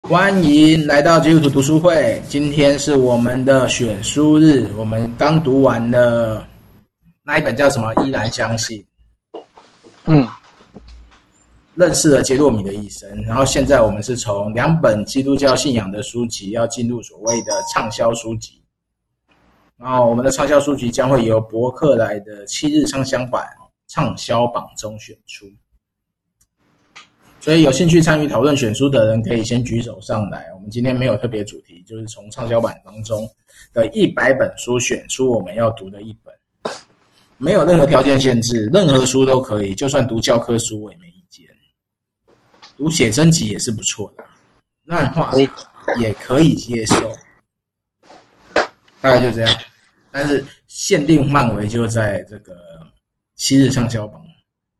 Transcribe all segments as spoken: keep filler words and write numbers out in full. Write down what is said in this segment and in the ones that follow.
欢迎来到基督徒读书会。今天是我们的选书日，我们刚读完了那一本叫什么？依然相信。 嗯， 认识了杰洛米的一生。然后现在我们是从两本基督教信仰的书籍，要进入所谓的畅销书籍。然后我们的畅销书籍将会由博客来的七日畅销榜畅销榜中选出。所以有兴趣参与讨论选书的人可以先举手上来。我们今天没有特别主题，就是从畅销榜当中的一百本书选出我们要读的一本，没有任何条件限制，任何书都可以，就算读教科书我也没意见。读写真集也是不错的，漫画也可以接受，大概就这样。但是限定范围就在这个七日畅销榜。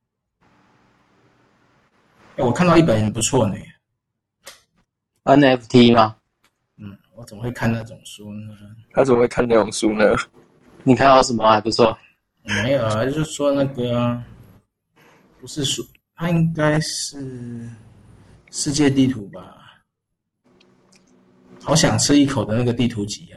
欸、我看到一本很不错呢。 N F T 吗？ 嗯，我怎么会看那种书呢？ 他怎么会看那种书呢？ 你看到什么还不错？ 没有啊，就是说那个不是书，它应该是世界地图吧？好想吃一口的那个地图集啊，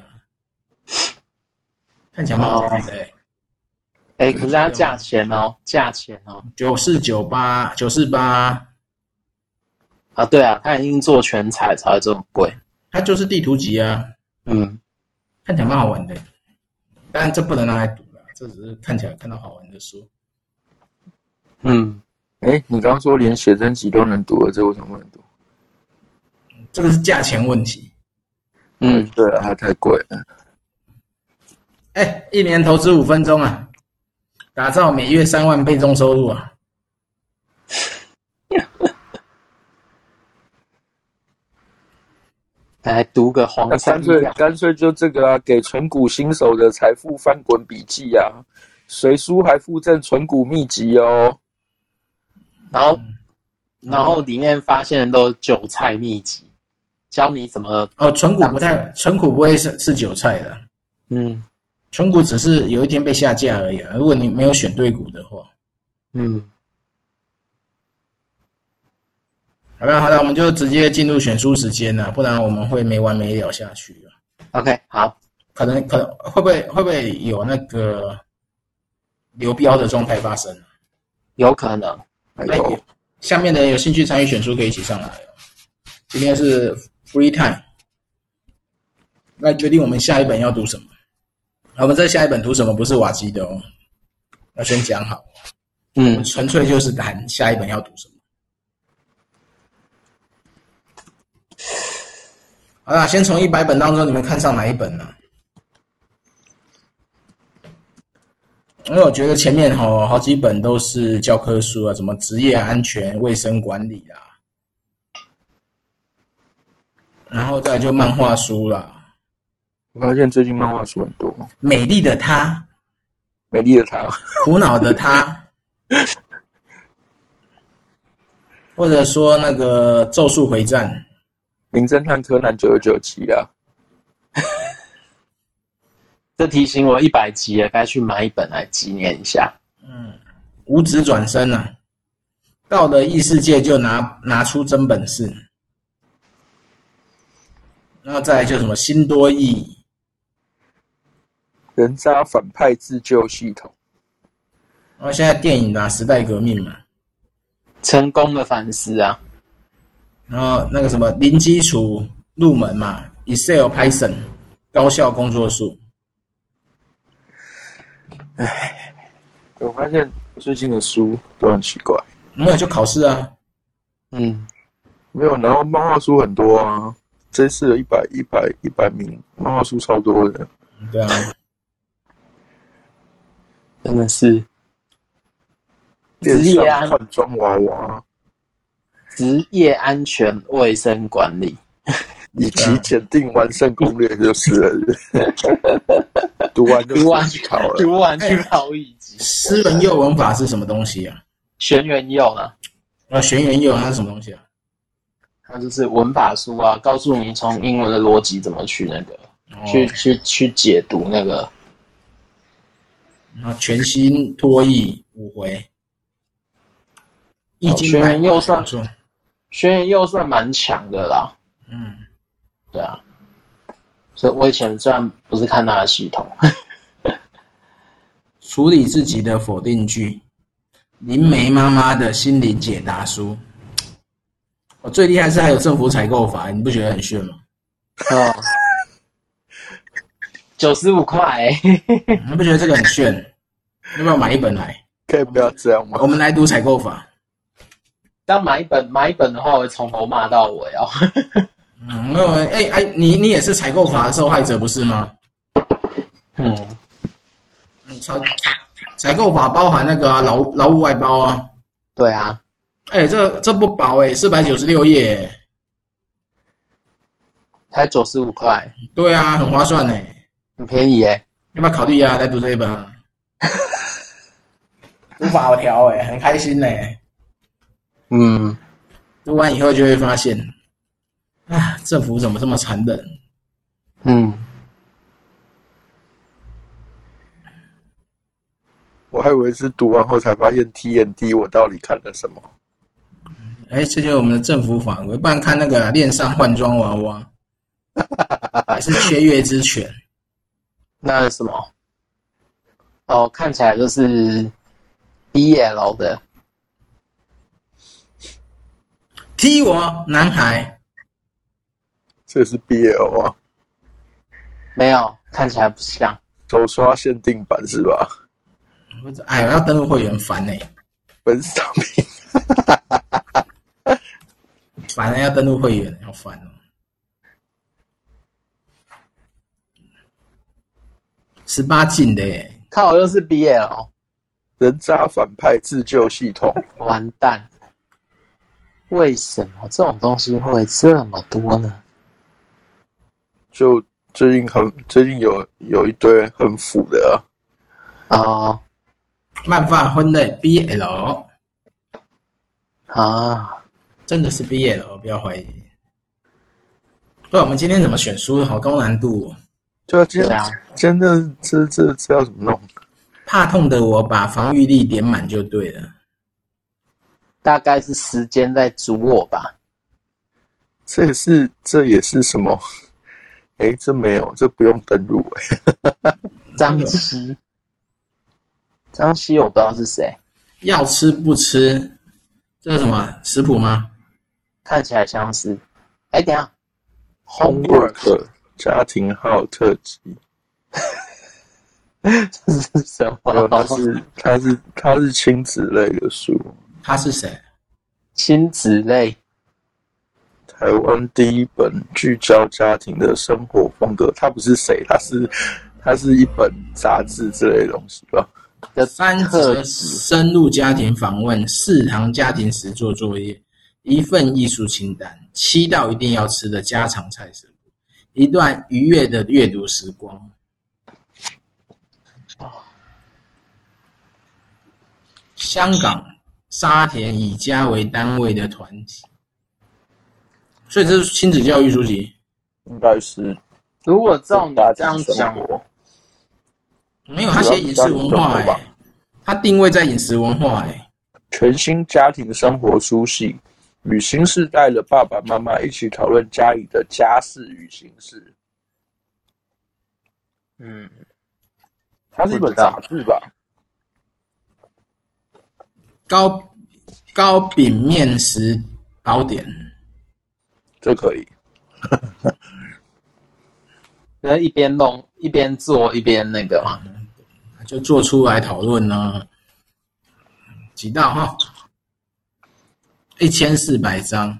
看起来蛮好看的哎、欸。 哎、欸，可是它价钱哦，价钱哦， 九四九八九四八。 啊，对啊，它已经做全彩才会这么贵。 它就是地图集啊， 嗯， 看起来蛮好玩的，但这不能拿来读啦，这只是看起来看到好玩的书。 嗯， 哎、欸，你刚刚说连写真集都能读了，这为什么不能读？ 这个是价钱问题。 嗯， 对啊，它太贵了。 哎、欸，一年投资五分钟啊，打造每月三万被动收入啊。 来读个黄干脆干脆就这个啊，给存股新手的财富翻滚笔记啊，随书还附赠存股秘籍哦。 然后，然后里面发现的都是韭菜秘籍，教你怎么哦，存股不太，存股不会是是韭菜的。 嗯， 存股只是有一天被下架而已啊。如果你没有选对股的话， 嗯。 好了好了，我们就直接进入选书时间了，不然我们会没完没了下去了。 OK， 好， 可能可能会不会会不会有那个流标的状态发生？ 有可能。 哎，下面的人有兴趣参与选书可以一起上来哦。今天是 free time， 来决定我们下一本要读什么。我们这下一本读什么不是瓦基的哦，要先讲好。 嗯， 纯粹就是谈下一本要读什么。好啦，先从一百本当中，你们看上哪一本呢？因为我觉得前面吼好几本都是教科书啊，什么职业安全、卫生管理啦，然后再来就漫画书啦。 我发现最近漫画书很多。 美丽的她， 美丽的她， 苦恼的她，或者说那个《咒术回战》。 名侦探柯南九十九集啊， 这提醒我一百集了，该去买一本来纪念一下。 嗯，无职转生啊，到了异世界就拿拿出真本事。然后再来就什么新多义， 人渣反派自救系统。 然后现在电影啊，时代革命嘛， 成功的反思啊。 然后那个什么零基础入门嘛 ，Excel、Python 高效工作术。 唉，我发现最近的书都很奇怪。 没有就考试啊。 嗯， 没有，然后漫画书很多啊。这次的一百一百一百名漫画书超多的。 对啊， 真的是职业安全装娃娃。 职业安全卫生管理以及检定完胜攻略就是了。读完就读完去考了， 读完去考乙级。 诗文诱文法是什么东西啊？ 玄元佑呢？ 啊，玄元佑它是什么东西啊？ 它就是文法书啊，告诉你从英文的逻辑怎么去那个， 哦、 去去去解读那个。 然后全新脱译五回，易经玄元佑算错。 轩辕又算蛮强的啦。 嗯， 对啊，所以我以前虽然不是看他的系统， 处理自己的否定句，灵媒妈妈的心灵解答书。我最厉害是还有政府采购法，你不觉得很炫吗？ 哦，九十五块， 你不觉得这个很炫？要不要买一本来？ 可以不要这样吗？ 我们来读采购法。 当买一本买一本的话，我会从头骂到尾哦。 嗯，没有，哎、欸、哎、欸，你你也是采购法的受害者不是吗？ 嗯， 采采购法包含那个啊劳劳务外包啊。 对啊， 哎、欸，这这不薄哎、欸，四百九十六页、欸， 才九十五块， 对啊，很划算哎、欸， 很便宜哎。 要不要考虑啊？来读这一本啊？读法条哎，很开心哎、欸。 嗯， 读完以后就会发现，啊，政府怎么这么残忍？ 嗯， 我还以为是读完后才发现 T N D 我到底看了什么。 哎、欸，这就是我们的政府法规，不然看那个恋上换装娃娃，还是缺月之犬。 那是什么？哦，看起来就是 B L 的。 踢我，男孩。 这是 B L 啊？ 没有，看起来不像。 手刷限定版是吧？ 哎，我要登录会员烦呢、欸。 本商品。 烦了，要登录会员，好烦哦。十八禁的耶， 靠，又是 B L， 人渣反派自救系统， 完蛋！为什么这种东西会这么多呢？ 就最近很最近有有一堆很腐的啊。哦， 漫画分类 B L 啊， 真的是 B L， 不要怀疑。对，我们今天怎么选书？好高难度哦。 就今天、 啊、 真的这这这要怎么弄？ 怕痛的我把防御力点满就对了。 大概是时间在煮我吧。 这也是这也是什么？哎，这没有，这不用登录哎。 张希，张希我不知道是谁。 要吃不吃？这是什么食谱吗？ 看起来像是。哎，等一下 ，Homework 家庭号特辑。 这是什么？ 它是它是它是亲子类的书。 他是谁？ 亲子类。 台湾第一本聚焦家庭的生活风格。他不是谁，他是他是一本杂志之类的东西吧？ 三则深入家庭访问，四堂家庭实作作业，一份艺术清单，七道一定要吃的家常菜色，一段愉悦的阅读时光。香港沙田以家为单位的团体，所以这是亲子教育书籍， 应该是。 如果照你这样讲， 没有他写饮食文化哎、欸，他定位在饮食文化哎、欸。 全新家庭生活书系，与新世代的爸爸妈妈一起讨论家里的家事与形式。嗯，它是一本杂志吧？ 糕糕饼面食宝典， 这可以。 就是一边弄一边做一边那个嘛， 就做出来讨论呢。几道哈，一千四百张，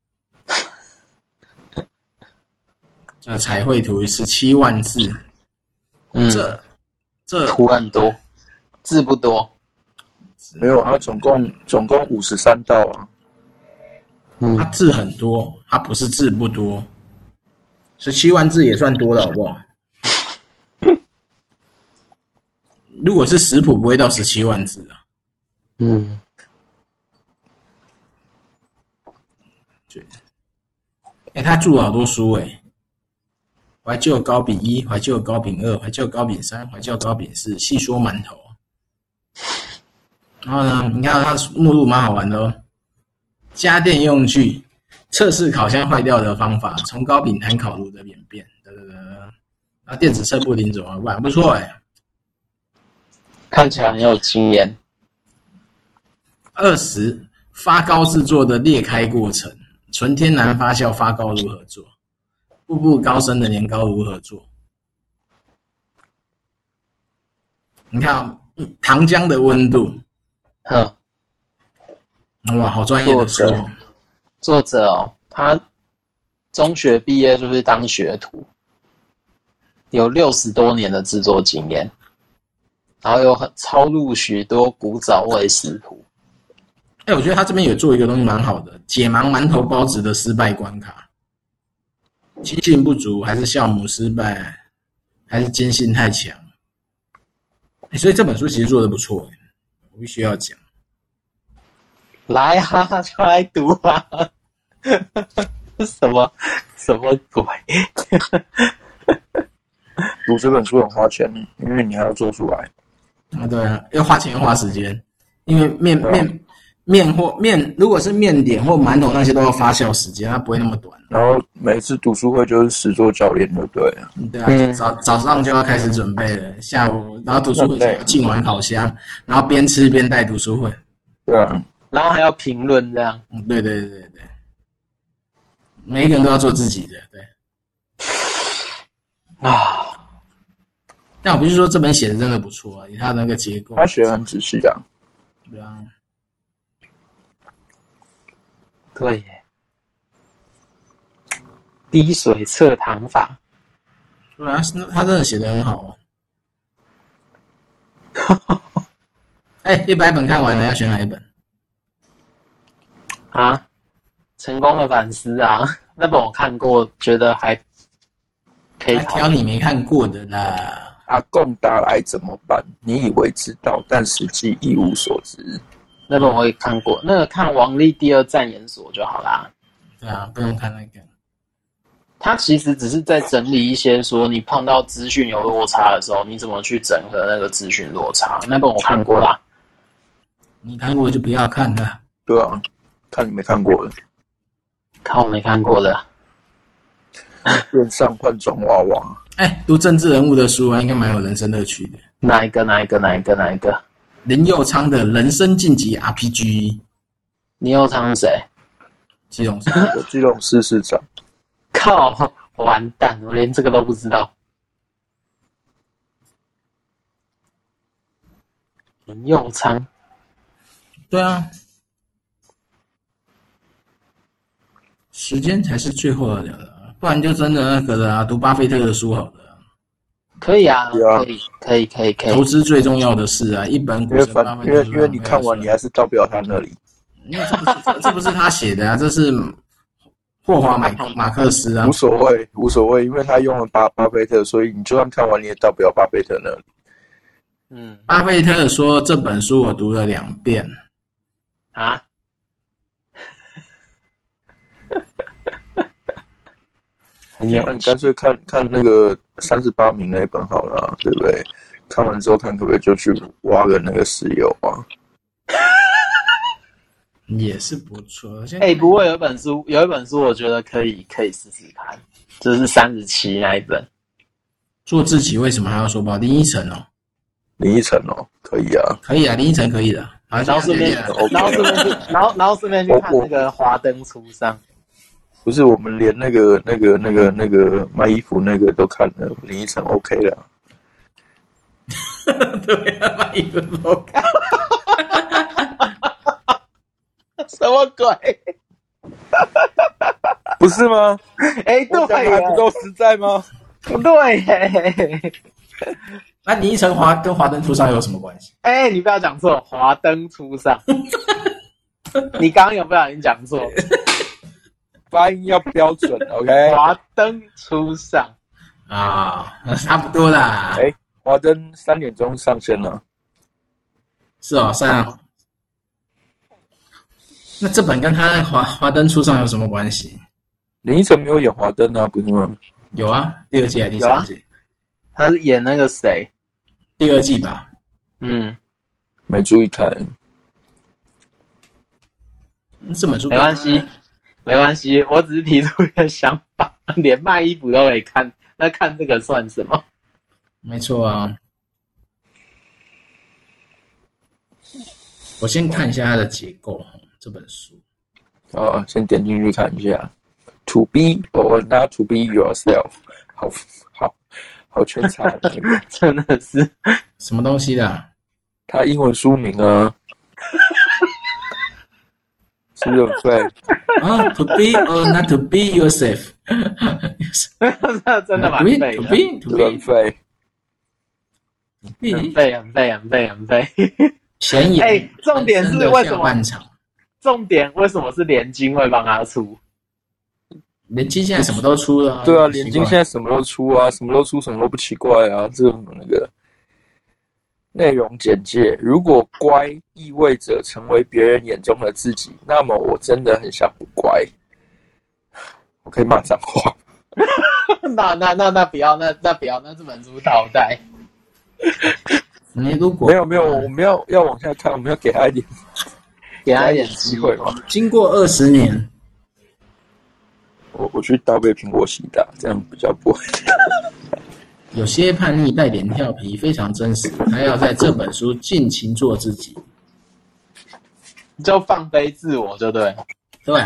这彩绘图十七万字， 嗯， 这这图很多，字不多。 没有，它总共总共五十三道啊。 嗯， 它字很多，它不是字不多。十七万字也算多了，好不好？如果是食谱，不会到十七万字啊。 嗯， 对。哎、欸，他注了好多书哎、欸。怀旧糕饼一，怀旧糕饼二，怀旧糕饼三，怀旧糕饼四，细说馒头。然后呢，你看它目录蛮好玩的哦。家电用具， 测试烤箱坏掉的方法，从高饼弹烤炉的演变，对对对。啊，电子测布丁怎么办？不错哎、欸， 看起来很有经验。 二十发糕制作的裂开过程，纯天然发酵发糕如何做？步步高升的年糕如何做？你看、哦、糖浆的温度， 哼， 哇，好专业的书哦。 作者哦，他中学毕业就是当学徒，有六十多年的制作经验，然后有很抄录许多古早味食谱。 哎、欸，我觉得他这边有做一个东西蛮好的，解盲馒头包子的失败关卡，亲信不足，还是酵母失败，还是坚信太强、欸？所以这本书其实做的不错、欸，我必须要讲。 来啊，就来读啊！什么什么鬼？ 读这本书很花钱，因为你还要做出来。 啊，对啊，要花钱又花时间，因为面面面或面，如果是面点或馒头那些都要发酵时间，它不会那么短。 然后每次读书会就是实作教练，就对了。 对啊，嗯、早早上就要开始准备了，下午然后读书会前要进完烤箱，然后边吃边带读书会。 对啊， 然后还要评论这样。 嗯，对对对对对，每一个人都要做自己的，对。 啊， 但我不是说这本写的真的不错啊，以他的那个结构， 他写的很仔细啊。 对啊， 对耶，滴水测糖法， 对啊，他真的写的很好哦。哎，一百本看完了，要选哪一本？ 啊，成功的反思啊，那本我看过，觉得还可以还挑你没看过的啦。 阿贡打来怎么办？你以为知道，但实际一无所知。 那本我也看过，那个看王力第二战研所就好啦。 对啊，不用看那个。 他其实只是在整理一些说你碰到资讯有落差的时候，你怎么去整合那个资讯落差。那本我看过啦。 你看过就不要看了。 对啊，看你没看过的。 看我没看过的。 变上换装娃娃。 哎，读政治人物的书啊，应该蛮有人生乐趣的。 哪一个？哪一个？哪一个？哪一个？ 林佑昌的人生晋级 R P G。 林佑昌是谁？ 基隆市。 基隆市市长。 靠！完蛋，我连这个都不知道。林佑昌。 对啊。时间才是最后的了，不然就真的那个了啊，读巴菲特的书好了。 可以啊，可以，可以，可以，可以。 投资最重要的事啊，一本股神巴菲特。 因为因为你看完，你还是到不了他那里。 因为这不是这不是他写的啊，这是霍华马马克思啊。 无所谓，无所谓，因为他用了巴巴菲特，所以你就算看完，你也到不了巴菲特那里。 嗯， 巴菲特说这本书我读了两遍啊。 你干脆看看那个三十八名那一本好了、啊，对不对？看完之后看可不可以就去挖个那个石油啊？ 也是不错。 哎、欸，不过有一本书，有一本书我觉得可以可以试试看，就是三十七那一本。 做自己为什么还要说包？林依晨哦， 林依晨哦，可以啊， 可以啊，林依晨可以的。 然后顺便，然后顺便去，然后然后顺便去看那个《华灯初上》。 不是，我们连那个、那个、那个、那个卖衣服那个都看了，林依晨 OK 了。 对啊，卖衣服都看。 什么鬼？ 不是吗？ 哎、欸，对， 还不够实在吗？ 不对耶。 那林依晨华跟华灯初上有什么关系？ 哎、欸，你不要讲错，华灯初上。你刚刚有不小心讲错。 发音要标准 ，OK。 华灯初上啊，差不多啦。 哎，华灯三点钟上线了。 是哦，三啊。那这本跟他华华灯初上有什么关系？ 林依晨没有演华灯啊，不是吗？ 有啊，第二季还是第三季？ 他是演那个谁？ 第二季吧。 嗯， 没注意看。 这本书没关系。 没关系，我只是提出一个想法，连卖衣服都可以看，那看这个算什么？ 没错啊。我先看一下它的结构，这本书。 哦，先点进去看一下。To be or not to be yourself， 好好好圈叉的那个， 真的是什么东西的、啊？ 它英文书名啊，是不是很废？ 啊 ，To be or not to be yourself， 真的蛮废的 ，To be to be 很废， 很废，很废，很废，很废。 前言。 哎，重点是为什么？ 半场重点为什么是联经会帮他出？ 联经现在什么都出了、啊。 对啊，联经现在什么都出啊，什么都出，什么都不奇怪啊。这个那个内容简介，如果乖意味着成为别人眼中的自己，那么我真的很想不乖。我可以骂脏话。 那那那那不要，那那不要，那这本书淘汰。 你如果没有没有，我们要要往下看，我们要给他一点， 给他一点机会嘛。 经过二十年， 我我去倒杯苹果西打，这样比较不会。 有些叛逆带点调皮，非常真实。他要在这本书尽情做自己， 就放飞自我，就对。 对。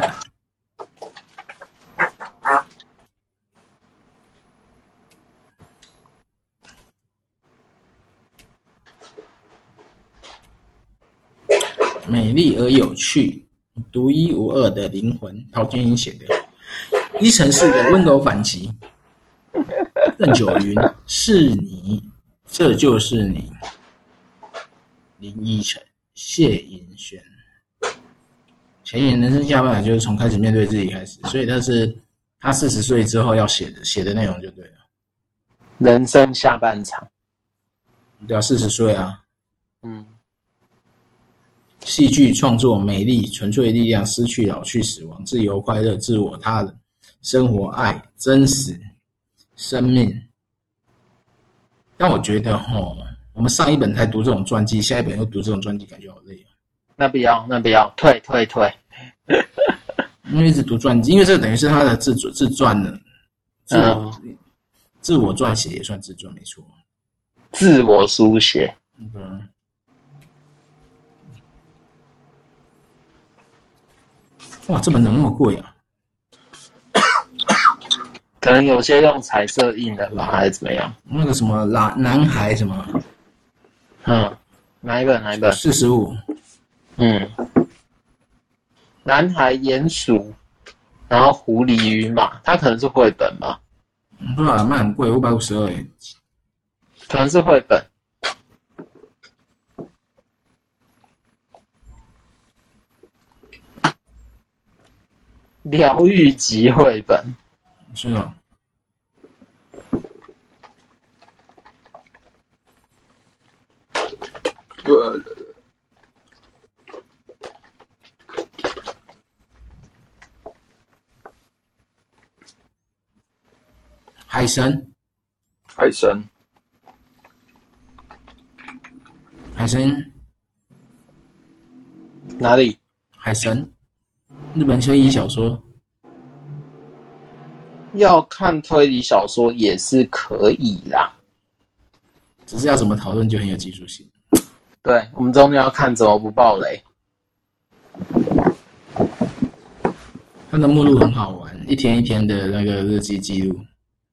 美丽而有趣，独一无二的灵魂，陶晶莹写的。一城市的温柔反击。邓九云，是你，这就是你。林依晨，谢盈萱。前言人生下半场就是从开始面对自己开始，所以他是他四十岁之后要写的写的内容就对了。 人生下半场， 对啊，四十岁啊。 嗯。 戏剧创作，美丽、纯粹力量，失去、老去、死亡，自由、快乐、自我、他人，生活、爱、真实、生命。但我觉得齁，我们上一本才读这种传记，下一本又读这种传记，感觉好累哦。 那不要，那不要，退退退。 因为一直读传记，因为这等于是他的自自传呢，自我、嗯、自我撰写也算自传，没错。 自我书写。 嗯。哇，这本怎么那么贵啊？ 可能有些用彩色印的吧，还是怎么样？ 那个什么男男孩什么？ 嗯，哪一本？哪一本？ 四十五。 嗯，男孩、鼹鼠，然后狐狸与马，它可能是绘本吧？ 不知道，卖很贵，五百五十二耶。 可能是绘本。疗愈级绘本。 是啊。 呃。 海神。 海神。 海神。 哪里？ 海神。日本推理小说。 要看推理小说也是可以啦， 只是要怎么讨论就很有技术性。 对，我们中间要看怎么不爆雷。 它的目录很好玩，一天一天的那个日记记录。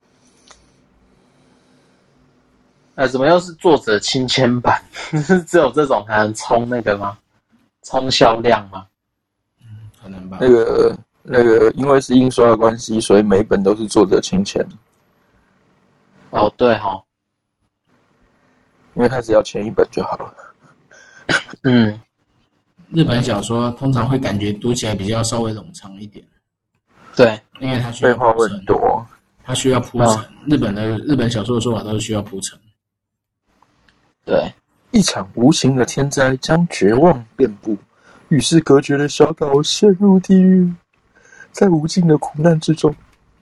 呃，怎么又是作者亲签版？只有这种才能冲那个吗？冲销量吗？ 嗯，可能吧。 那个那个，因为是印刷的关系，所以每一本都是作者亲签。 哦，对哈、哦， 因为他只要签一本就好了。 嗯， 日本小说通常会感觉读起来比较稍微冗长一点。 对， 因为它需要废话会很多， 它需要铺陈、哦。日本的日本小说的说法都是需要铺陈。 对， 一场无情的天灾将绝望遍布，与世隔绝的小岛陷入地狱，在无尽的苦难之中。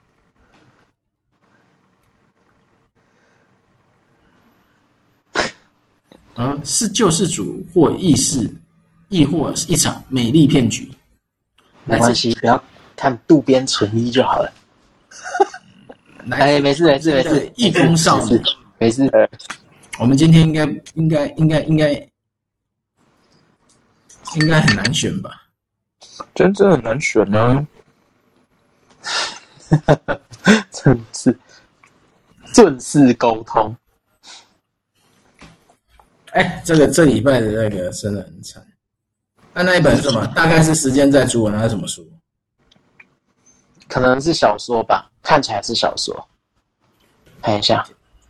而是救世主或亦是，亦或一场美丽骗局。 没关系，不要看渡边淳一就好了。哎，没事没事没事， 义工少女， 没事。 我们今天应该应该应该应该应该很难选吧？ 真正很难选啊！ 真是顺势沟通。 哎，这个这礼拜的那个真的很惨。那、啊、那一本是什么？大概是时间在煮文还是什么书？ 可能是小说吧，看起来是小说。看一下，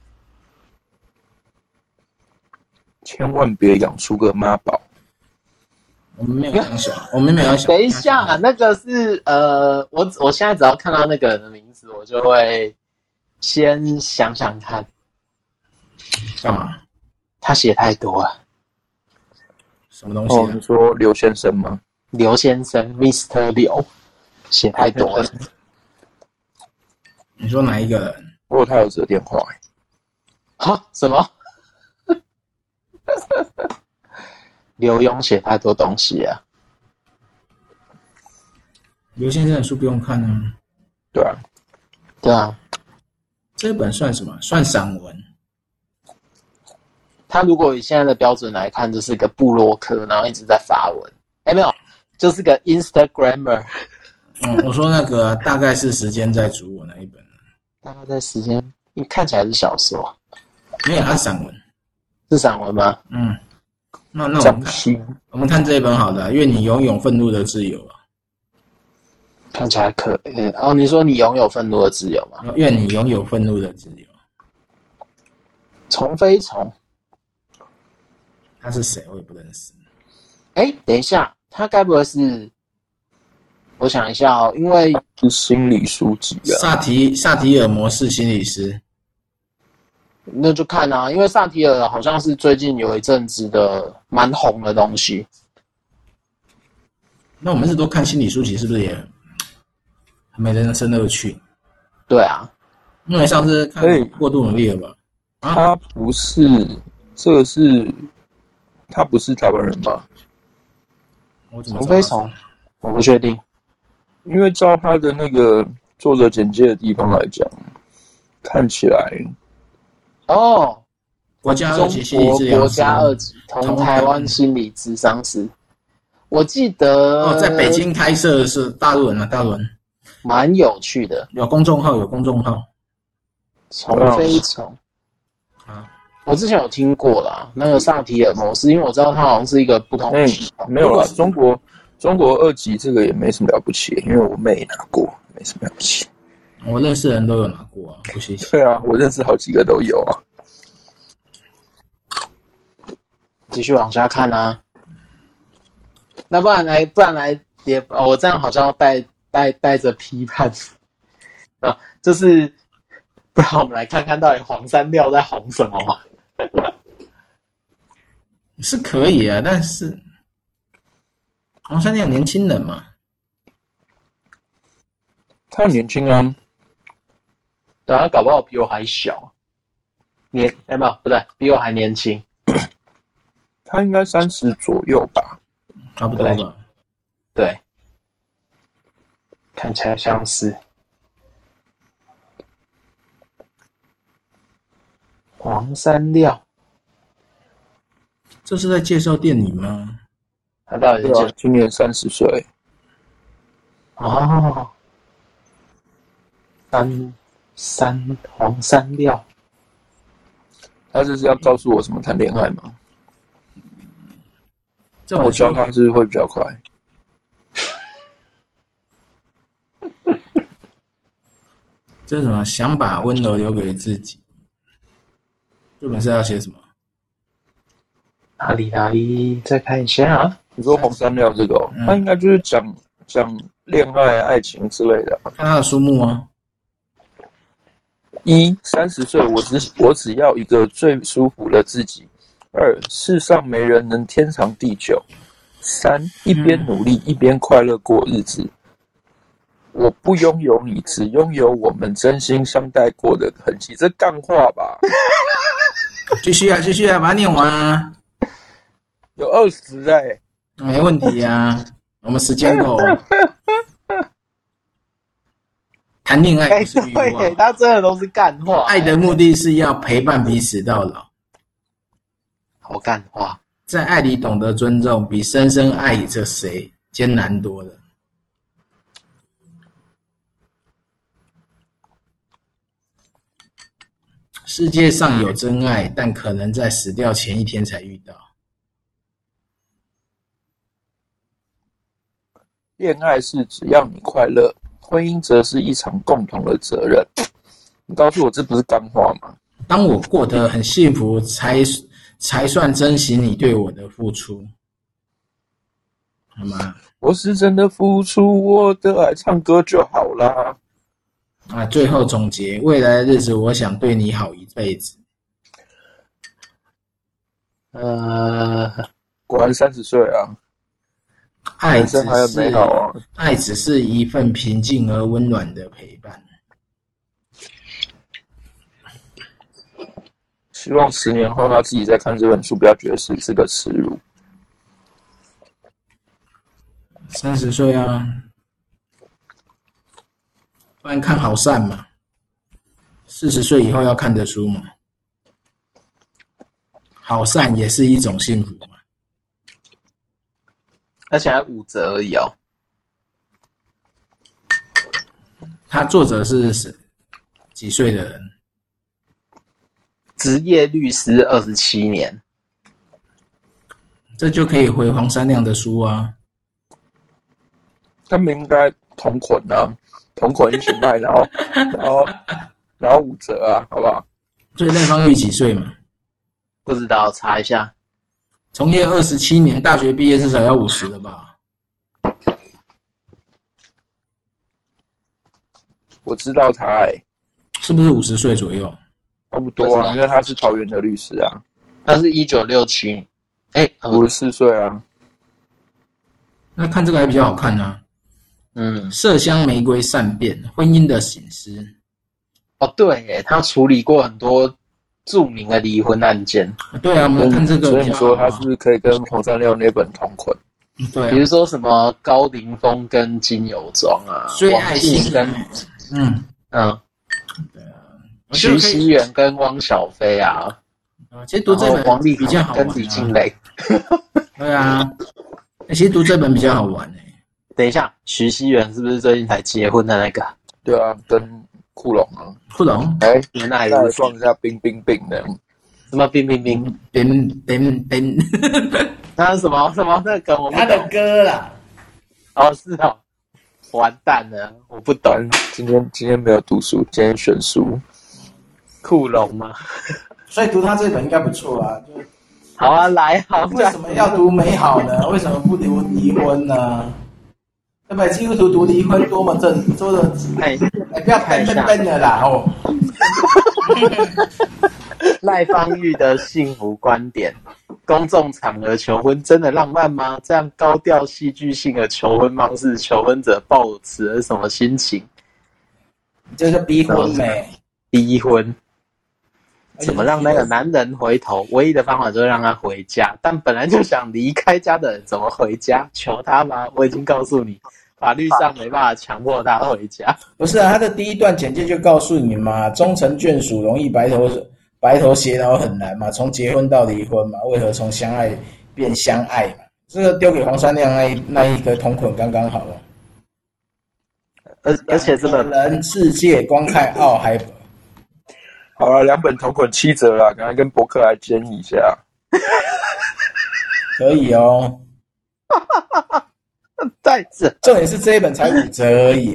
千万别养出个妈宝。 我们没有养小，我们没有养小。 等一下，那个是呃，我我现在只要看到那个人的名字，我就会先想想看。 干嘛？ 他写太多了。 什么东西、啊？ 哦，你说刘先生吗？ 刘先生 ，Mister 刘，写太多了。 你说哪一个人？ 我有他儿子的电话、欸。 啊？什么？刘墉写太多东西啊。 刘先生的书不用看啊。 对啊。 对啊。 这本算什么？算散文。 他如果以现在的标准来看，就是个部落客，然后一直在发文。哎，没有，就是个 Instagrammer。 嗯，我说那个大概是时间在煮我那一本。 大概在时间，你看起来是小说， 没有，它是散文。 是散文吗？ 嗯。那那我们看，我们看这一本好的、啊，愿你拥有愤怒的自由啊。 看起来可以哦。你说你拥有愤怒的自由吗？ 愿你拥有愤怒的自由。 虫飞虫。 他是谁？我也不认识。 哎，等一下，他该不会是？我想一下哦，因为是心理书籍啊。 萨提萨提尔模式心理师。 那就看啊，因为萨提尔好像是最近有一阵子的蛮红的东西。 那我们是多看心理书籍，是不是也很没人生乐趣？ 对啊， 因为上次看过度努力了吧？ 啊、他不是，这个是。他不是台湾人吗？ 虫飞虫，我不确定， 因为照他的那个作者简介的地方来讲，看起来哦， 国家二级心理治疗师， 国家二级同台湾心理咨商师，我记得哦，在北京开设的是大陆人啊，大陆人， 蛮有趣的， 有公众号，有公众号， 虫飞虫啊。 我之前有听过啦，那个萨提尔模式，因为我知道它好像是一个不同的系统、 嗯。没有啦，中国中国二级这个也没什么了不起，因为我妹拿过，没什么了不起。 我认识的人都有拿过啊，不谢谢。 对啊，我认识好几个都有啊。 继续往下看啊，那不然来，不然来也，哦、我这样好像要带带带着批判啊，就是不然我们来看看到底黄山料在红什么嘛。 是可以啊，但是黄山料年轻人嘛， 他很年轻啊， 对啊，搞不好比我还小，年哎不不对，比我还年轻， 他应该三十左右吧， 差不多吧。 对，看起来像是黄山料。 这是在介绍电影吗？ 他到底是介绍、 啊、今年三十岁。 哦，山山黄山料， 他这是要告诉我怎么谈恋爱吗？ 这我教他是会比较快。 这是什么？想把温柔留给自己。这本是要写什么？ 哪里哪里？再看一下啊。 你说黄山料这个、哦，嗯、他应该就是讲讲恋爱、爱情之类的。 看他的书目啊。 一三十岁，我只我只要一个最舒服的自己。二世上没人能天长地久。三一边努力、嗯、一边快乐过日子。我不拥有你，只拥有我们真心相待过的痕迹。这干话吧？ 继续啊，继续啊，把它念完啊。 有二十哎， 没问题啊，我们时间够。 谈恋爱不是欲对， 望， 他真的都是干话。 爱的目的是要陪伴彼此到老。 好干话。 在爱里懂得尊重，比深深爱着谁艰难多了。世界上有真爱，但可能在死掉前一天才遇到。 恋爱是只要你快乐，婚姻则是一场共同的责任。你告诉我这不是干话吗？ 当我过得很幸福，才才算珍惜你对我的付出，好吗？ 我是真的付出我的爱，唱歌就好啦。 啊，最后总结，未来的日子，我想对你好一辈子。 呃， 果然三十岁啊， 爱只人生还很是美好啊。 爱只是一份平静而温暖的陪伴。 希望十年后他自己再看这本书，不要觉得是是个耻辱。 三十岁啊，不然看好善嘛。四十岁以后要看的书嘛。好善也是一种幸福嘛。 而且还五折而已哦。 他作者是几岁的人？ 职业律师二十七年， 这就可以回黄山亮的书啊。 他们应该同捆啊，同捆一起卖，然后然后然后五折啊，好不好？ 所以赖芳玉几岁嘛？ 不知道，查一下。 从业二十七年，大学毕业至少要五十了吧？ 我知道他哎、欸， 是不是五十岁左右？ 差不多啊，因为他是桃园的律师啊。 他是一九六七，哎， 五十四岁啊。 那看这个还比较好看啊。 嗯， 麝香玫瑰善变，婚姻的醒思。 哦，对耶，他处理过很多著名的离婚案件。 对啊，我们看这个所以你说比较好啊。 他是不是可以跟黄山料那本同捆？ 对啊， 比如说什么高凌风跟金友庄啊， 虽爱王静信跟嗯， 嗯， 对啊，我觉得可以徐熙媛跟汪小菲啊， 啊，其实读这然后王力本比较好玩跟李静啊。 蕾。 对啊，欸其实读这本比较好玩诶、 等一下，徐熙媛是不是最近才结婚的那个？ 对啊，跟库龙啊。 不懂？ 哎， 原来再如此。 撞一下冰冰冰的。 什么冰冰冰？ 噔噔噔， 他什么什么那个梗我不他的懂。 歌啦。 哦，是哦，完蛋了，我不懂。 今天今天没有读书，今天选书。 库龙吗？ 所以读他这本应该不错啊。就好啊，来好。 为什么要读美好呢？为什么不读离婚呢？对不对？基督徒读离婚多么正，多的哎哎，不要笨笨笨的啦哦。 赖芳玉的幸福观点：公众场合求婚真的浪漫吗？这样高调戏剧性的求婚方式，求婚者抱持了什么心情？ 就是逼婚没？ 逼婚。怎么让那个男人回头？唯一的方法就是让他回家，但本来就想离开家的人怎么回家？求他吗？我已经告诉你，法律上没办法强迫他回家。 不是啊，他的第一段简介就告诉你嘛，终成眷属容易，白头白头偕老很难嘛，从结婚到离婚嘛，为何从相爱变相爱嘛？这个丢给黄山亮那一那一个同捆刚刚好了。 而而且这个人世界光看奥海本。 好了，两本同捆七折啦，赶快跟博客来建议一下。 可以哦。 在这， 重点是这一本才五折而已。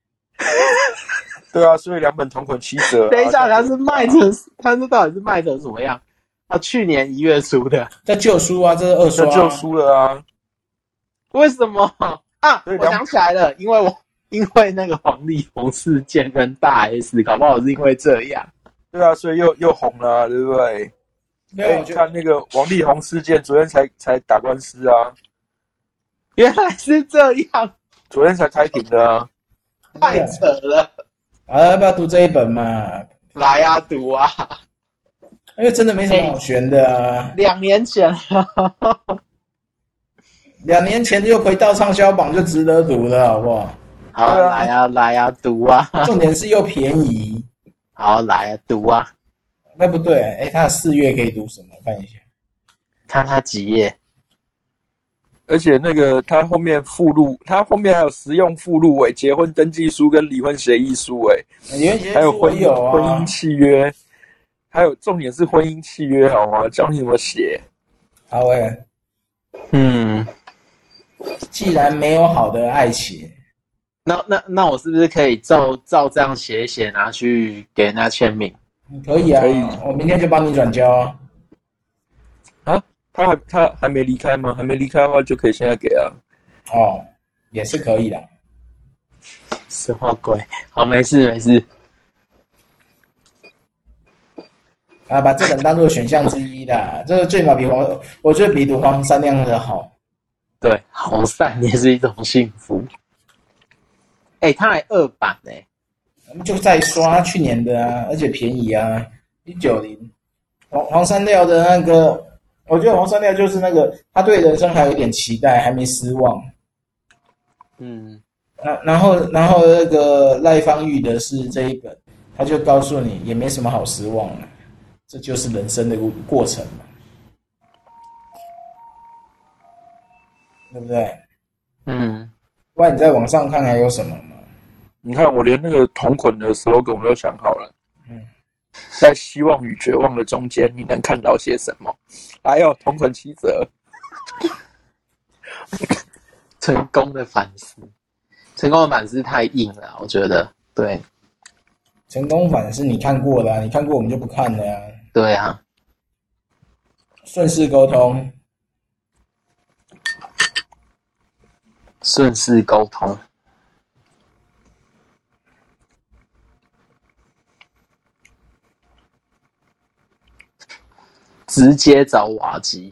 对啊，所以两本同捆七折、啊。 等一下，他是卖成，他是到底是卖成什么样？他去年一月出的， 这旧书啊，这是二刷、啊， 这就输了啊。 为什么啊？ 对我想起来了，因为我因为那个黄力宏事件跟大 S， 搞不好是因为这样。 对啊，所以又又红了、啊，对不对？ 对， 你看那个王力宏事件，昨天才才打官司啊， 原来是这样， 昨天才开庭的啊， 太扯了。 好了，要不要读这一本嘛？ 来啊，读啊！ 因为真的没什么好悬的啊。 两年前， 两年前就回到畅销榜，就值得读了，好不好？ 好、啊，来啊来啊，读啊！ 重点是又便宜。 好，来啊，读啊！ 那不对，哎、欸，他的四月可以读什么？看一下， 看他几页。 而且那个他后面附录，他后面还有实用附录诶，结婚登记书跟离婚协议书诶， 离婚协议还有婚姻有啊， 婚姻契约，还有重点是婚姻契约，好吗？教你怎么写。 好诶， 嗯， 既然没有好的爱情， 那那那我是不是可以照照这样写一写，拿去给人家签名？ 可以啊， 可以， 我明天就帮你转交啊。 啊，他还他还没离开吗？还没离开的话，就可以现在给啊。 哦，也是可以的。 什么鬼？好，没事没事。 啊，把这本当做选项之一的，这个最起码比黄，我觉得比读黄山那样的好。 对，好散也是一种幸福。哎、欸，它还二版呢、欸， 我们就再刷去年的啊，而且便宜啊，一九零。黄黄山料的那个，我觉得黄山料就是那个，他对人生还有一点期待，还没失望。 嗯， 然然后然后那个赖芳玉的是这一本，他就告诉你也没什么好失望的，这就是人生的过程嘛，对不对？ 嗯， 不然你在网上看还有什么嘛？ 你看，我连那个同捆的 slogan 我都想好了。 嗯， 在希望与绝望的中间，你能看到些什么？还有同捆七折。 成功的反思，成功的反思太硬了，我觉得。对， 成功反是你看过的、啊，你看过我们就不看了啊。 对啊， 顺势沟通， 顺势沟通。直接找瓦基。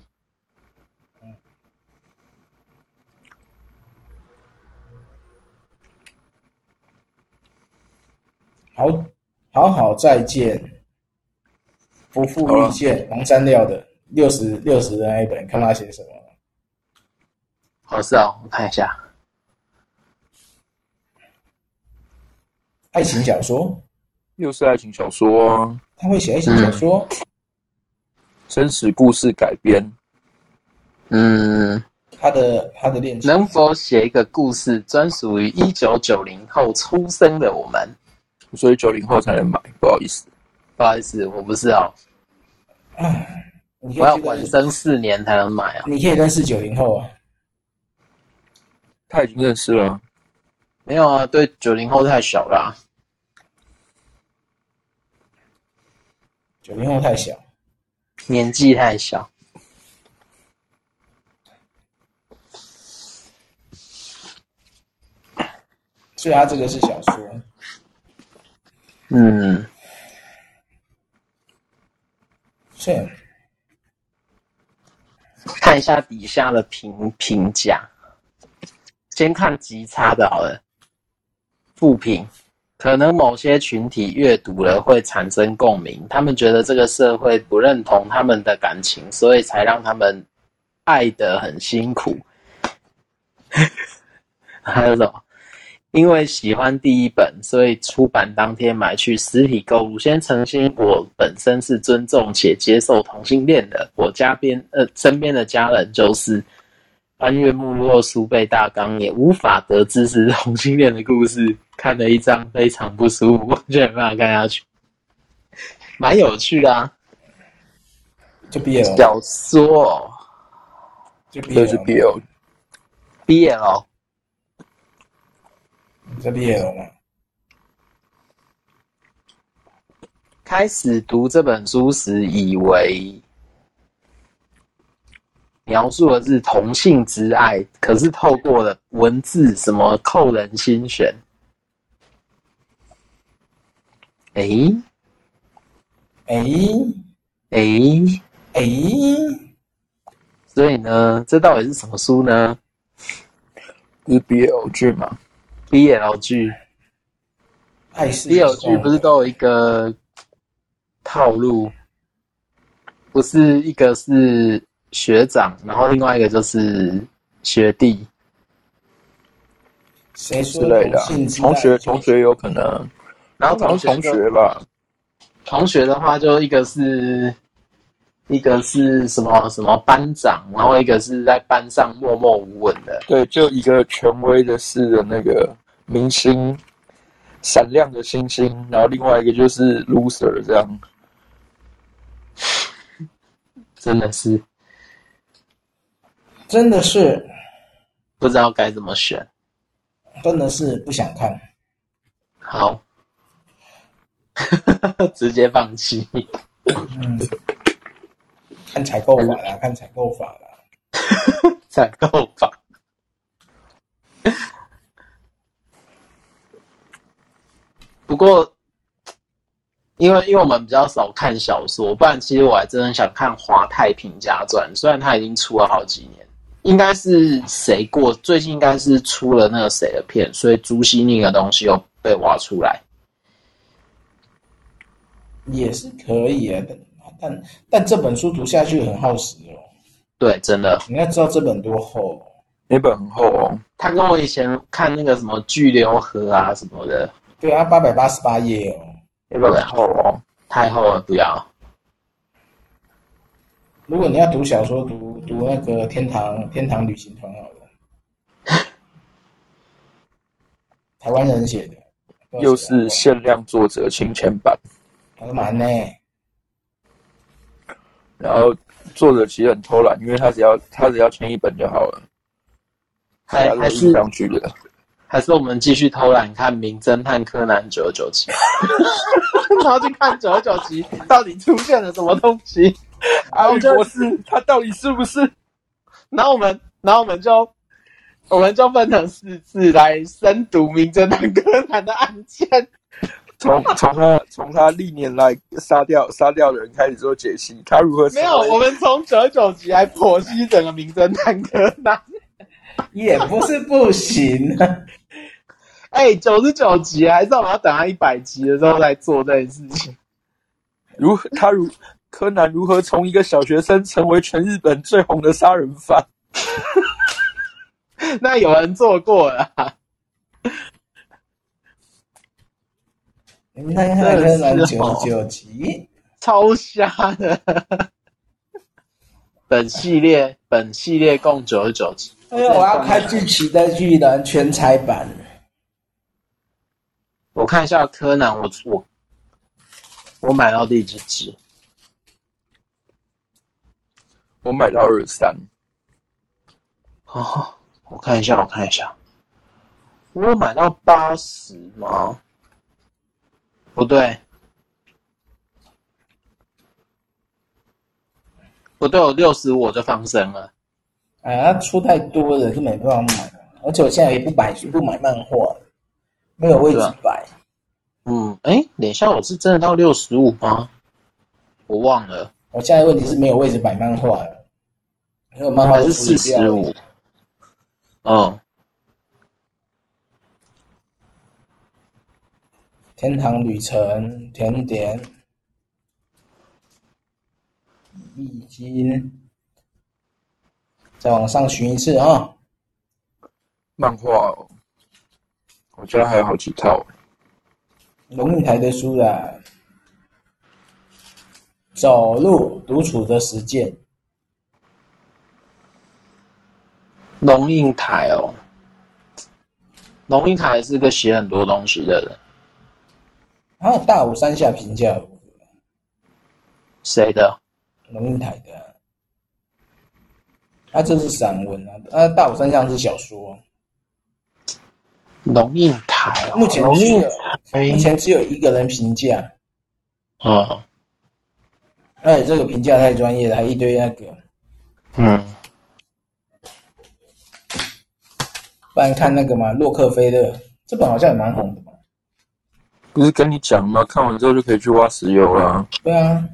好，好好再见，不负遇见，黄山料的六十六十的那一本，看他写什么。 好，是哦，我看一下。 爱情小说， 又是爱情小说啊， 他会写爱情小说， 嗯、 真实故事改编。 嗯， 他的他的恋情能否写一个故事专属于一九九零后出生的我们？ 所以九零后才能买，不好意思， 不好意思，我不是哦。 唉，我要晚生四年才能买啊。 你可以认识九零后啊。 他已经认识了。 没有啊，对九零后太小了、啊。 九零后太小， 年纪太小。 所以他这个是小说。 嗯， 是。 看一下底下的评评价，先看极差的好了。负评，可能某些群体阅读了会产生共鸣，他们觉得这个社会不认同他们的感情，所以才让他们爱得很辛苦。还有什么？因为喜欢第一本，所以出版当天买去实体购入。先澄清，我本身是尊重且接受同性恋的。我家边呃身边的家人就是翻阅目录或书背大纲，也无法得知是同性恋的故事。看了一张非常不舒服，就没办法看下去。蛮有趣的啊， 就 B L 小说、哦， 就 B L， 这是 B L B L。 这 B L 吗？ 开始读这本书时，以为描述的是同性之爱，可是透过了文字什么扣人心弦。诶诶诶诶， 所以呢，这到底是什么书呢？ 是 B L 剧吗 ？B L 剧。 爱是 B L 剧不是都有一个套路？不是一个是学长，然后另外一个就是学弟。 谁说之类的、啊，同学同学有可能， 然后同同学吧。 同学的话，就一个是一个是什么什么班长，然后一个是在班上默默无闻的。 对，就一个权威的式的那个明星，闪亮的星星，然后另外一个就是 loser 这样。 真的是， 真的是不知道该怎么选。 真的是不想看。 好，直接放弃。 嗯，看采购法啦，看采购法啦。 采购法。不过，因为因为我们比较少看小说，不然其实我还真的想看《华太平家传》，虽然它已经出了好几年，应该是谁过？最近应该是出了那个谁的片，所以朱熹那个东西又被挖出来， 也是可以啊，但但但这本书读下去很耗时哦。 对，真的， 你要知道这本多厚。 那本很厚哦。 他跟我以前看那个什么《巨流河》啊什么的， 对啊，八百八十八页哦。 那本很厚哦， 太厚了，不要。 如果你要读小说，读读那个天堂天堂旅行团好了，台湾人写的， 又是限量作者侵权版， 很蛮呢。 然后作者其实很偷懒，因为他只要他只要签一本就好了， 还还是上去的。 还是我们继续偷懒看《名侦探柯南》九十九集，然后去看九十九集到底出现了什么东西。 阿宇博士他到底是不是？ 然后我们，然后我们就我们就分成四次来深读《名侦探柯南》的案件， 从从他从他历年来杀掉杀掉的人开始做解析，他如何没有？我们从九十九集来剖析整个《名侦探柯南》。 也不是不行啊。 哎，九十九集还是我们要等他一百集的时候再做这件事情。 如他如柯南如何从一个小学生成为全日本最红的杀人犯？ 那有人做过了、啊。 名侦探柯南九十九集， 超瞎的。本系列本系列共九十九集。 因为我要看近期的巨人全彩版。 我看一下柯南，我我我买到第几集？ 我买到二十三。 哦，我看一下，我看一下，我有买到八十吗？不对，不对，我六十我就放生了。 哎，它出太多了，就没办法买。而且我现在也不买不买漫画了，没有位置摆。 嗯，哎，等一下，我是真的到六十五吗？我忘了。 我现在问题是没有位置摆漫画了，因为漫画是四十五。嗯。 天堂旅程甜点易经，再往上寻一次啊！ 漫画、哦，我家还有好几套。 龙应台的书啊，走路独处的实践。 龙应台哦，龙应台是个写很多东西的人。 还有大武山下评价， 谁的？ 龙应台的、啊。他、啊、这是散文啊，啊，大武山下是小说。 龙应台、哦， 目前只有目前只有一个人评价。 嗯， 而且这个评价太专业了，还一堆那个。 嗯。 不然看那个嘛，洛克菲勒这本好像也蛮红的嘛。 不是跟你讲吗？看完之后就可以去挖石油了。 对啊，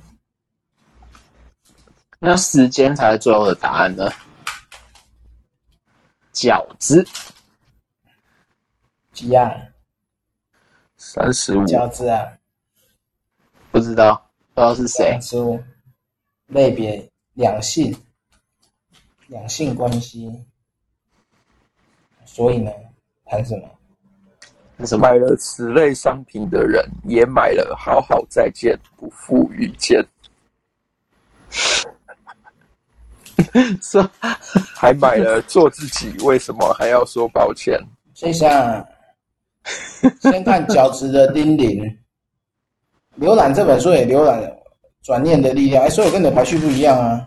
那时间才是最后的答案呢。饺子， 几样？ 三十五。 饺子啊， 不知道，不知道是谁。 书类别两性，两性关系。所以呢， 谈什么？ 什么？ 买了此类商品的人，也买了好好再见，不负遇见， 说还买了做自己，为什么还要说抱歉？ 先想，先看饺子的叮咛。浏览这本书也浏览了转念的力量，哎，所以我跟你的排序不一样啊。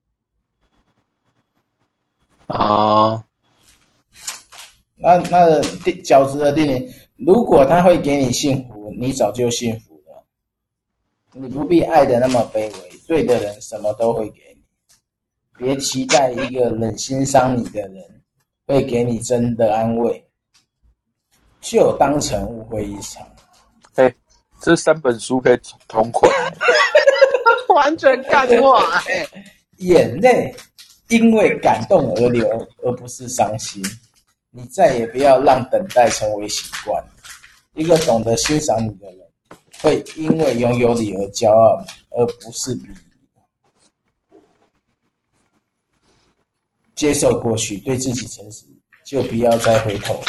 啊， 那那饺子的叮咛，如果他会给你幸福，你早就幸福了。你不必爱的那么卑微，对的人什么都会给你。别期待一个冷心伤你的人会给你真的安慰，就当成误会一场。 哎、欸，这三本书可以同捆， 完全干话哎、欸！ 眼泪因为感动而流，而不是伤心。你再也不要让等待成为习惯。一个懂得欣赏你的人，会因为拥有你而骄傲，而不是比。接受过去，对自己诚实，就不要再回头。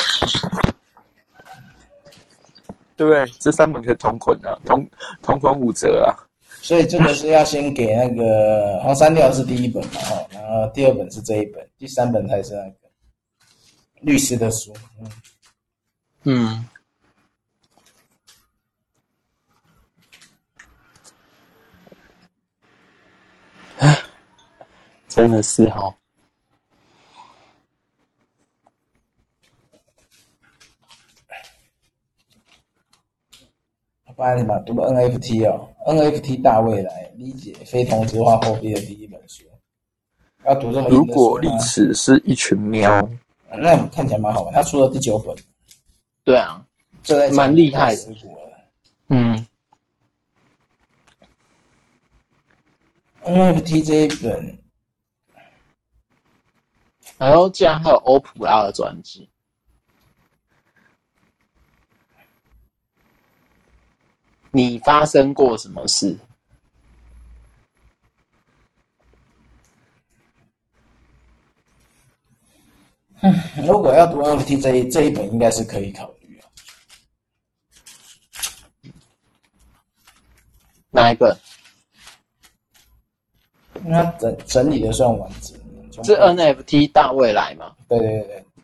对不对？这三本可以同捆啊，同同捆五折啊。 所以这个是要先给那个黄山料是第一本嘛，哈，然后第二本是这一本，第三本才是那个律师的书。 嗯，嗯，真的是哦。 不然你嘛读 N F T 哦 ，N F T 大未来，理解非同质化货币的第一本书。要读这么硬的书吗？ 如果历史是一群喵， 那看起来蛮好玩。他出了第九本。 对啊， 这蛮厉害的。嗯 ，N F T 这一本， 然后竟然还有欧普拉的传记。你发生过什么事？ 嗯，如果要读 N F T 这一这一本，应该是可以考虑啊。 哪一本？ 那整整理的算完整。 是 N F T 大未来吗？ 对对对对。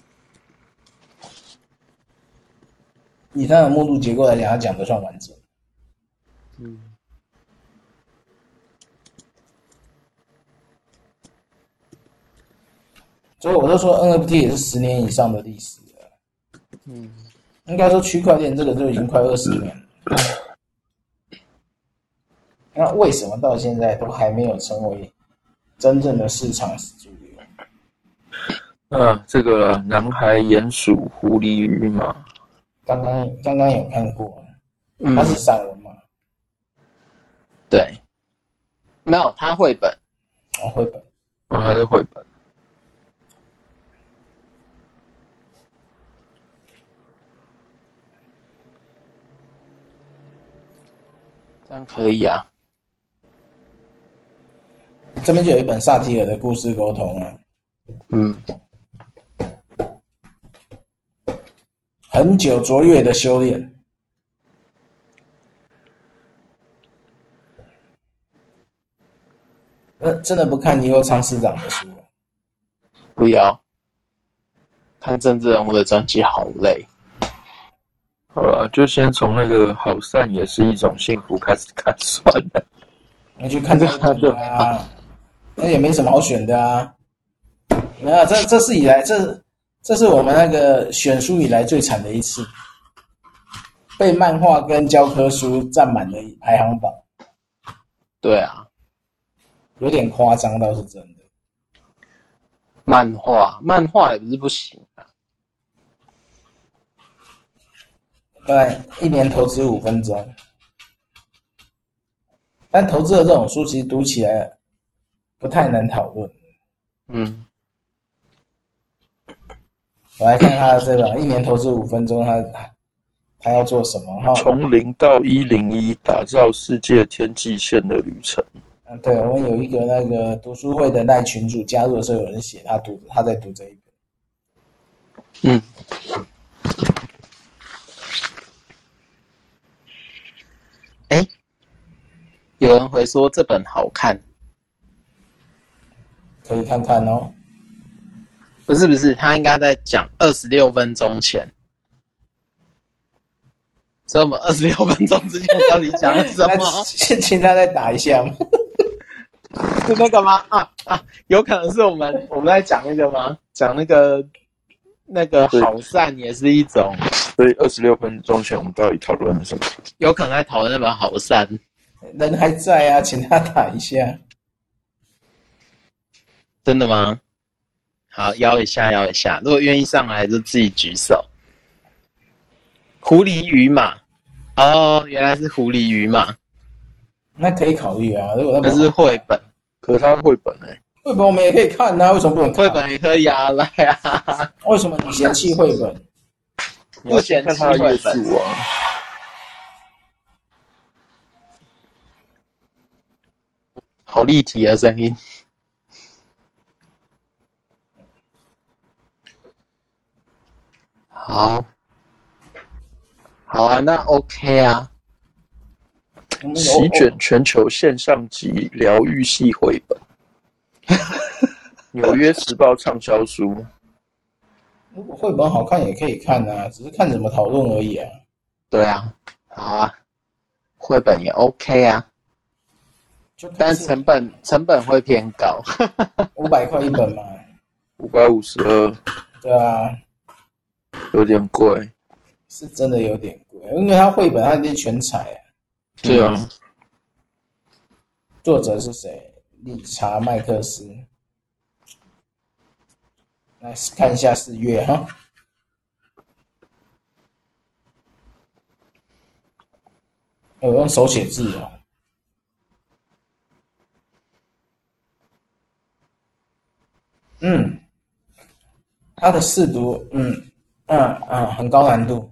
以它的目录结构来讲，它讲的算完整。 嗯， 所以我就说 N F T 也是十年以上的历史了。 嗯， 应该说区块链这个就已经快二十年了。那为什么到现在都还没有成为真正的市场主流？ 啊，这个南海鼹鼠、狐狸鱼嘛， 刚刚刚刚有看过， 嗯， 它是散文嘛？ 对，没有，它绘本。 哦，绘本。 哦，它是绘本。 这样可以啊。 这边就有一本萨提尔的故事沟通啊。 嗯。 很久卓越的修炼。呃，真的不看尼欧仓市长的书？ 不要。看政治人物的传记好累。 好了，就先从那个好散也是一种幸福开始看算了。 你去看这个啊，那也没什么好选的啊。没有，这这是以来这这是我们那个选书以来最惨的一次，被漫画跟教科书占满了排行榜。 对啊， 有点夸张，倒是真的。 漫画，漫画也不是不行啊。 对，一年投资五分钟，但投资的这种书其实读起来不太能讨论。 嗯， 我来看他的这个一年投资五分钟，他他要做什么？哈， 从零到一零一，打造世界天际线的旅程。 嗯，对，我们有一个那个读书会的赖群主加入的时候，有人写他读他在读这一本。 嗯，哎，有人会说这本好看， 可以看看哦。 不是不是，他应该在讲二十六分钟前，所以我们二十六分钟之前到底讲了什么？ 先请他再打一下吗？ 是那个吗？啊啊，有可能是我们我们在讲那个吗？讲那个那个好善也是一种， 所以二十六分钟前我们到底讨论了什么？ 有可能在讨论那本好善。 人还在啊，请他打一下。 真的吗？好，摇一下，摇一下。如果愿意上来，就自己举手。狐狸与马，哦，原来是狐狸与马， 那可以考虑啊。如果那那是绘本， 可是它绘本哎、欸， 绘本我们也可以看啊，为什么不能看？ 绘本也可以啊，来啊。 为什么你嫌弃绘本？ 不嫌弃绘本啊。 好立体的声音。好，好啊，那 OK 啊。 席卷全球线上级疗愈系绘本，纽约时报畅销书。 如果绘本好看也可以看啊，只是看怎么讨论而已啊。 对啊，好啊，绘本也 OK 啊，但成本成本会偏高， 五百块一本嘛。 五百五十二。 对啊， 有点贵， 是真的有点贵，因为它绘本它是全彩啊。 对啊。 作者是谁？理查麦克斯。来看一下四月哈。我用手写字哦。嗯，它的试读，嗯嗯嗯，很高难度。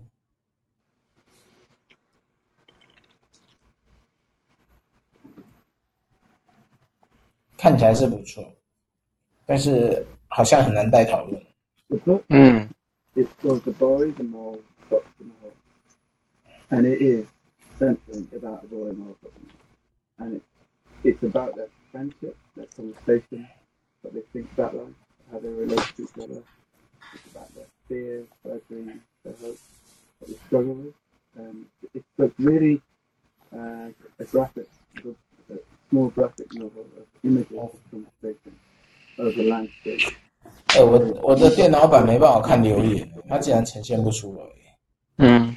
看起来是不错，但是好像很难带讨论。 嗯。 It's called The Boy, the Mole, Doctor Mole. And it is something about a boy and mole. And it, it's about their friendship, their conversation, what they think about life, how they relate to each other. It's about their fears, their dreams, their hopes, what they struggle with. Um, it's a really uh, a graphic, a small graphic novel of images of conversation over landscape. 哎、欸，我我的电脑版没办法看留言，它竟然呈现不出来。 嗯，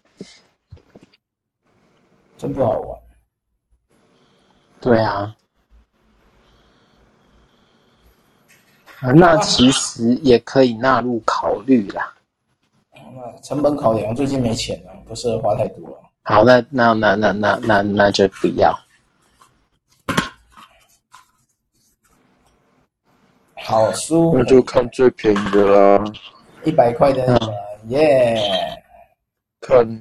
真不好玩。 对啊。那其实也可以纳入考虑啦。 那成本考量，最近没钱了，不适合花太多了。 好，那那那那那那那就不要。 好书， 那就看最便宜的啦。 一百块的那个，耶！ 看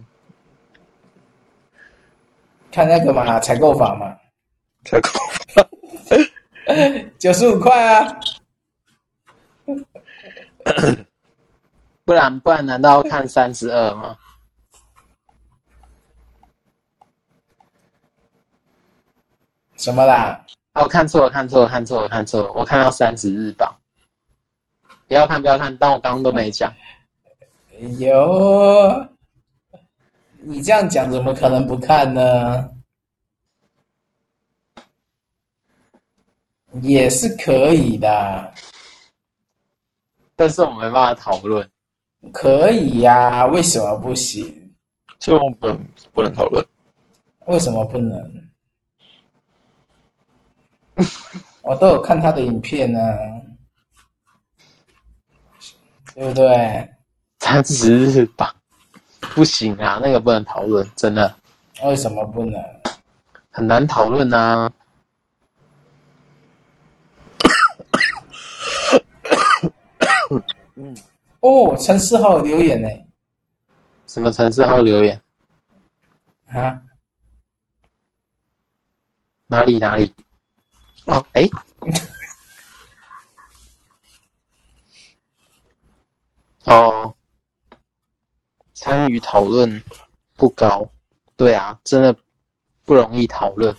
看那个嘛，采购法嘛， 采购法， 九十五块啊。 不然不然，难道要看三十二吗？ 什么啦？ 哦，看错了，看错了，看错了，看错了！我看到三十日榜，不要看，不要看，当我刚刚都没讲。 有，你这样讲怎么可能不看呢？也是可以的， 但是我没办法讨论。 可以呀、啊，为什么不行？ 这种本不能讨论。 为什么不能？我都有看他的影片呢、啊，对不对？ 三十日榜不行啊，那个不能讨论，真的。 为什么不能？ 很难讨论啊。 哦，陈世豪有留言呢。 什么陈世豪留言？ 啊？ 哪里哪里？哦，哎， 哦，参与讨论不高，对啊，真的不容易讨论。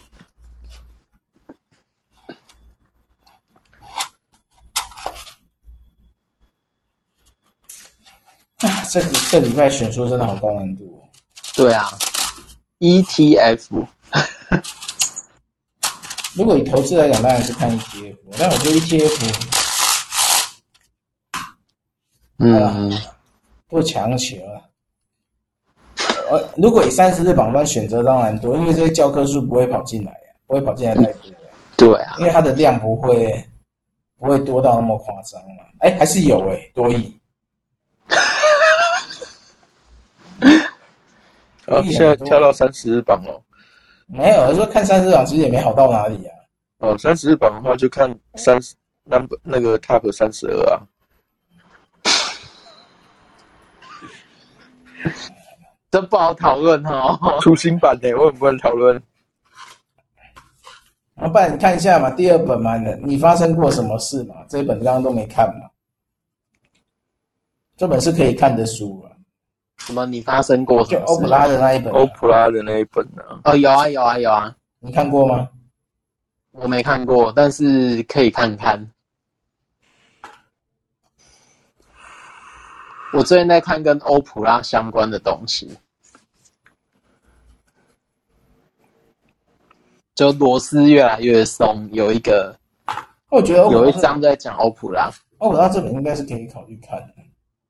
啊，这这礼拜选书真的好高难度哦。 对啊 ，E T F， 如果以投资来讲，当然是看 E T F， 但我觉得 E T F， 嗯， 不强求啊。呃，如果以三十日榜单选择当然多，因为这些教科书不会跑进来呀、啊，不会跑进来太多了。 对啊， 因为它的量不会不会多到那么夸张嘛。哎，还是有哎、欸，多亿。 啊，现在跳到三十日榜了。 没有，我说看三十榜其实也没好到哪里啊。 哦，三十日榜的话就看三十那那个 Top 三十二啊。 这不好讨论哦。 出新版的，为什么不能讨论？ 啊，不然你看一下嘛，第二本嘛，你发生过什么事嘛？这一本刚刚都没看嘛。这本是可以看的书啊。 什么？你发生过什就么事？ 欧普拉的那一本、啊。 欧普拉的那一本啊。 哦，有啊，有啊，有啊。 你看过吗？ 我没看过，但是可以看看。我最近在看跟欧普拉相关的东西，就螺丝越来越松，有一个， 我觉得欧普拉有一章在讲欧普拉。 欧普拉这本应该是可以考虑看的。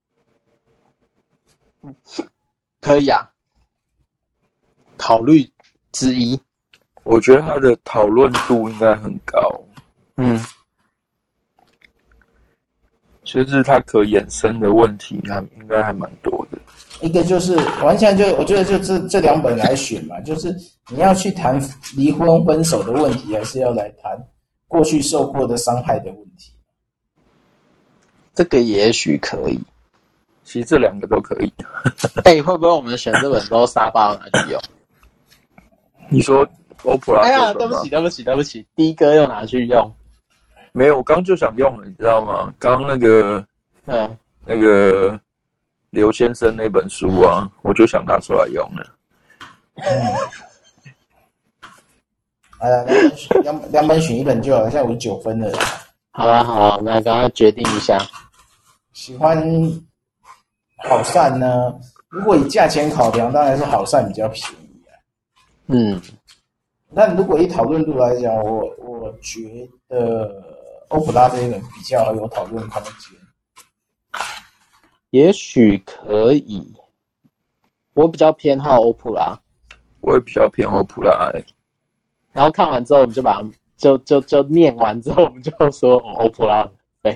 可以啊，考虑之一。 我觉得它的讨论度应该很高。 嗯， 就是它可衍生的问题，还应该还蛮多的。 一个就是完全就我觉得就这这两本来选嘛，就是你要去谈离婚分手的问题，还是要来谈过去受过的伤害的问题？ 这个也许可以。 其实这两个都可以。 哎、欸，会不会我们选这本都沙巴拿去用？ 你说欧普拉？ 哎呀，对不起，对不起，对不起，的哥又拿去用。 没有，我刚就想用了，你知道吗？刚那个， 嗯， 那个刘先生那本书啊，我就想拿出来用了。 嗯，哎呀，两两本选一本就好，现在我九分了。 好啦好啦，那刚刚决定一下， 喜欢好善呢？如果以价钱考量，当然是好善比较便宜啊。 嗯， 那如果以讨论度来讲，我我觉得欧普拉这一本比较有讨论空间。 也许可以。我比较偏好欧普拉， 我也比较偏欧普拉、欸。 然后看完之后，我们就把就就就念完之后，我们就说哦欧普拉对。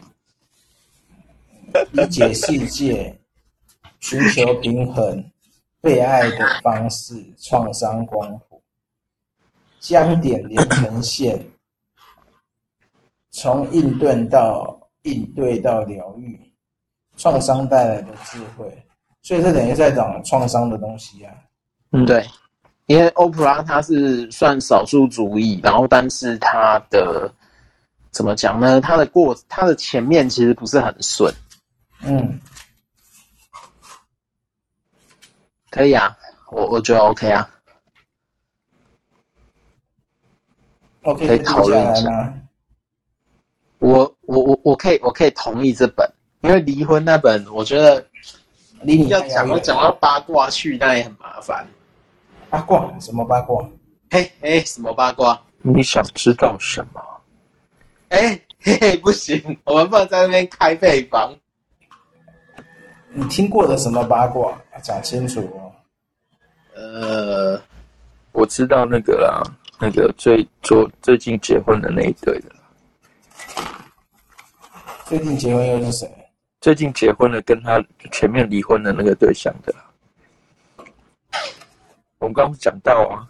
理解世界，寻求平衡，被爱的方式，创伤光谱，将点连成线，从应对到应对到疗愈，创伤带来的智慧，所以这等于在讲创伤的东西啊。 嗯，对，因为欧普拉它是算少数族裔，然后但是它的怎么讲呢？它的过它的前面其实不是很顺。 嗯， 可以啊，我我觉得 OK 啊。 OK， 可以讨论一下吗？ 我我我我可以我可以同意这本，因为离婚那本，我觉得离你要讲要讲到八卦去，那也很麻烦。 八卦？什么八卦？ 嘿嘿，什么八卦？ 你想知道什么？ 哎嘿嘿，不行，我们不能在那边开配房。 你听过的什么八卦？讲清楚哦。 呃， 我知道那个啦，那个最最最近结婚的那一对的啦。 最近结婚又是谁？ 最近结婚了，跟他前面离婚的那个对象的啦。我们刚刚讲到啊。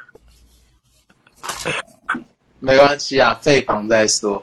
没关系啊，废房再说。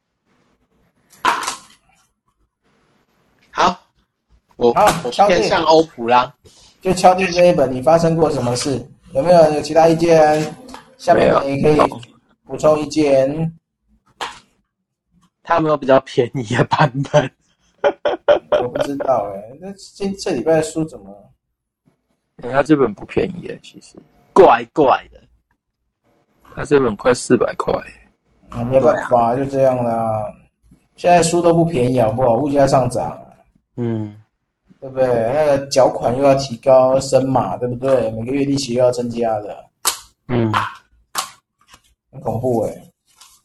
好，我好我偏向欧普拉， 就敲定这一本。你发生过什么事？有没有人有其他意见？下面也可以补充意见。 他有没有比较便宜的版本？ 我不知道哎、欸，那这这礼拜的书怎么？ 欸、他这本不便宜耶，其实怪怪的。 他这本快四百块。 啊，没办法，就这样啦。现在书都不便宜，好不好？物价上涨， 嗯， 对不对？那个缴款又要提高升码，对不对？每个月利息又要增加的， 嗯， 很恐怖哎、欸。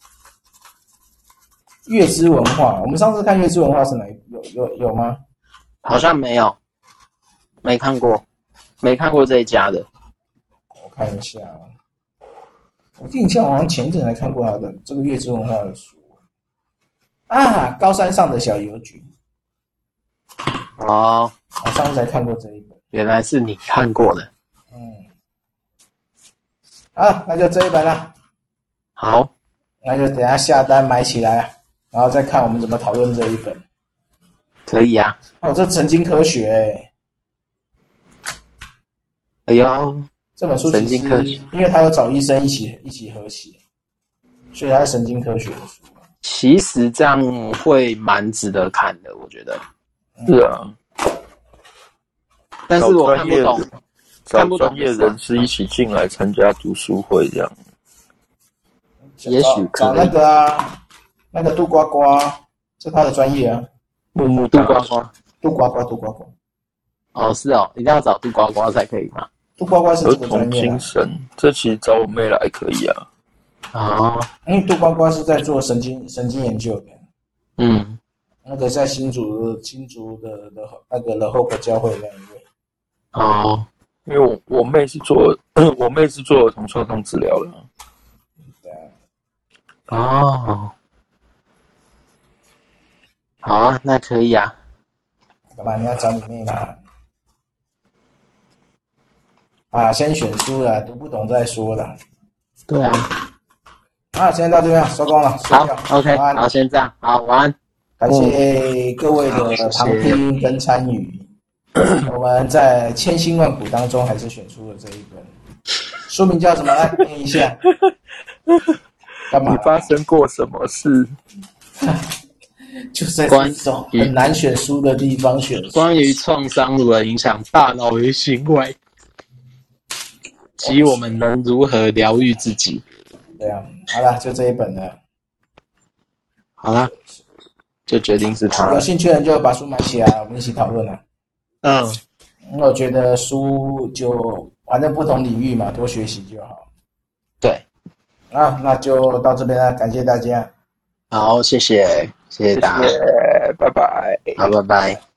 月之文化，我们上次看月之文化是哪一有有有吗？ 好像没有，没看过，没看过这一家的。 我看一下，我印象好像前阵才看过他的这个月之文化的书啊，高山上的小邮局。 哦， 我上次才看过这一本。 原来是你看过的。 嗯，好，那就这一本了。 好， 那就等一下下单买起来，然后再看我们怎么讨论这一本。 可以啊。 哦，这神经科学、欸， 哎呦， 这本书神经科学， 因为他有找医生一起一起合写，所以它是神经科学的书。 其实这样会蛮值得看的，我觉得。 是啊， 但是我看不懂，看不懂找专业人士一起进来参加读书会这样。 也许可以找那个啊，那个杜呱呱，是他的专业啊。 木木杜呱呱。 杜呱呱，杜呱呱。 哦，是哦，一定要找杜呱呱才可以吗？ 杜呱呱是儿这个专业、啊童精。神，这其实找我妹来可以啊。 哦， 因为杜呱呱是在做神经神经研究的。 嗯， 那个在新竹新竹的的那个乐后国教会那一位。 哦， 因为我我妹是做我妹是做儿童创伤治疗的、啊。 对啊。 哦，好啊，那可以啊。 干嘛你要找你妹啦？啊，先选书啦，读不懂再说啦。 对啊。 啊，今天到这边收工了，睡好觉。 ，OK， 晚安好，先这样，好，晚安。 感谢各位的旁听跟参与。我们在千辛万苦当中，还是选出了这一本，书名叫什么？来念一下。干嘛？ 你发生过什么事？ 就在这种很难选书的地方选书。 关于创伤如何影响大脑与行为，及我们能如何疗愈自己。 对啊，好了，就这一本了。 好啦，就决定是他了。 有兴趣的人就把书买起来，我们一起讨论了。 嗯， 我觉得书就反正不同领域嘛，多学习就好。 对。 啊，那就到这边了，感谢大家。 好，谢谢，谢谢大家， 谢谢，拜拜。 好，拜拜。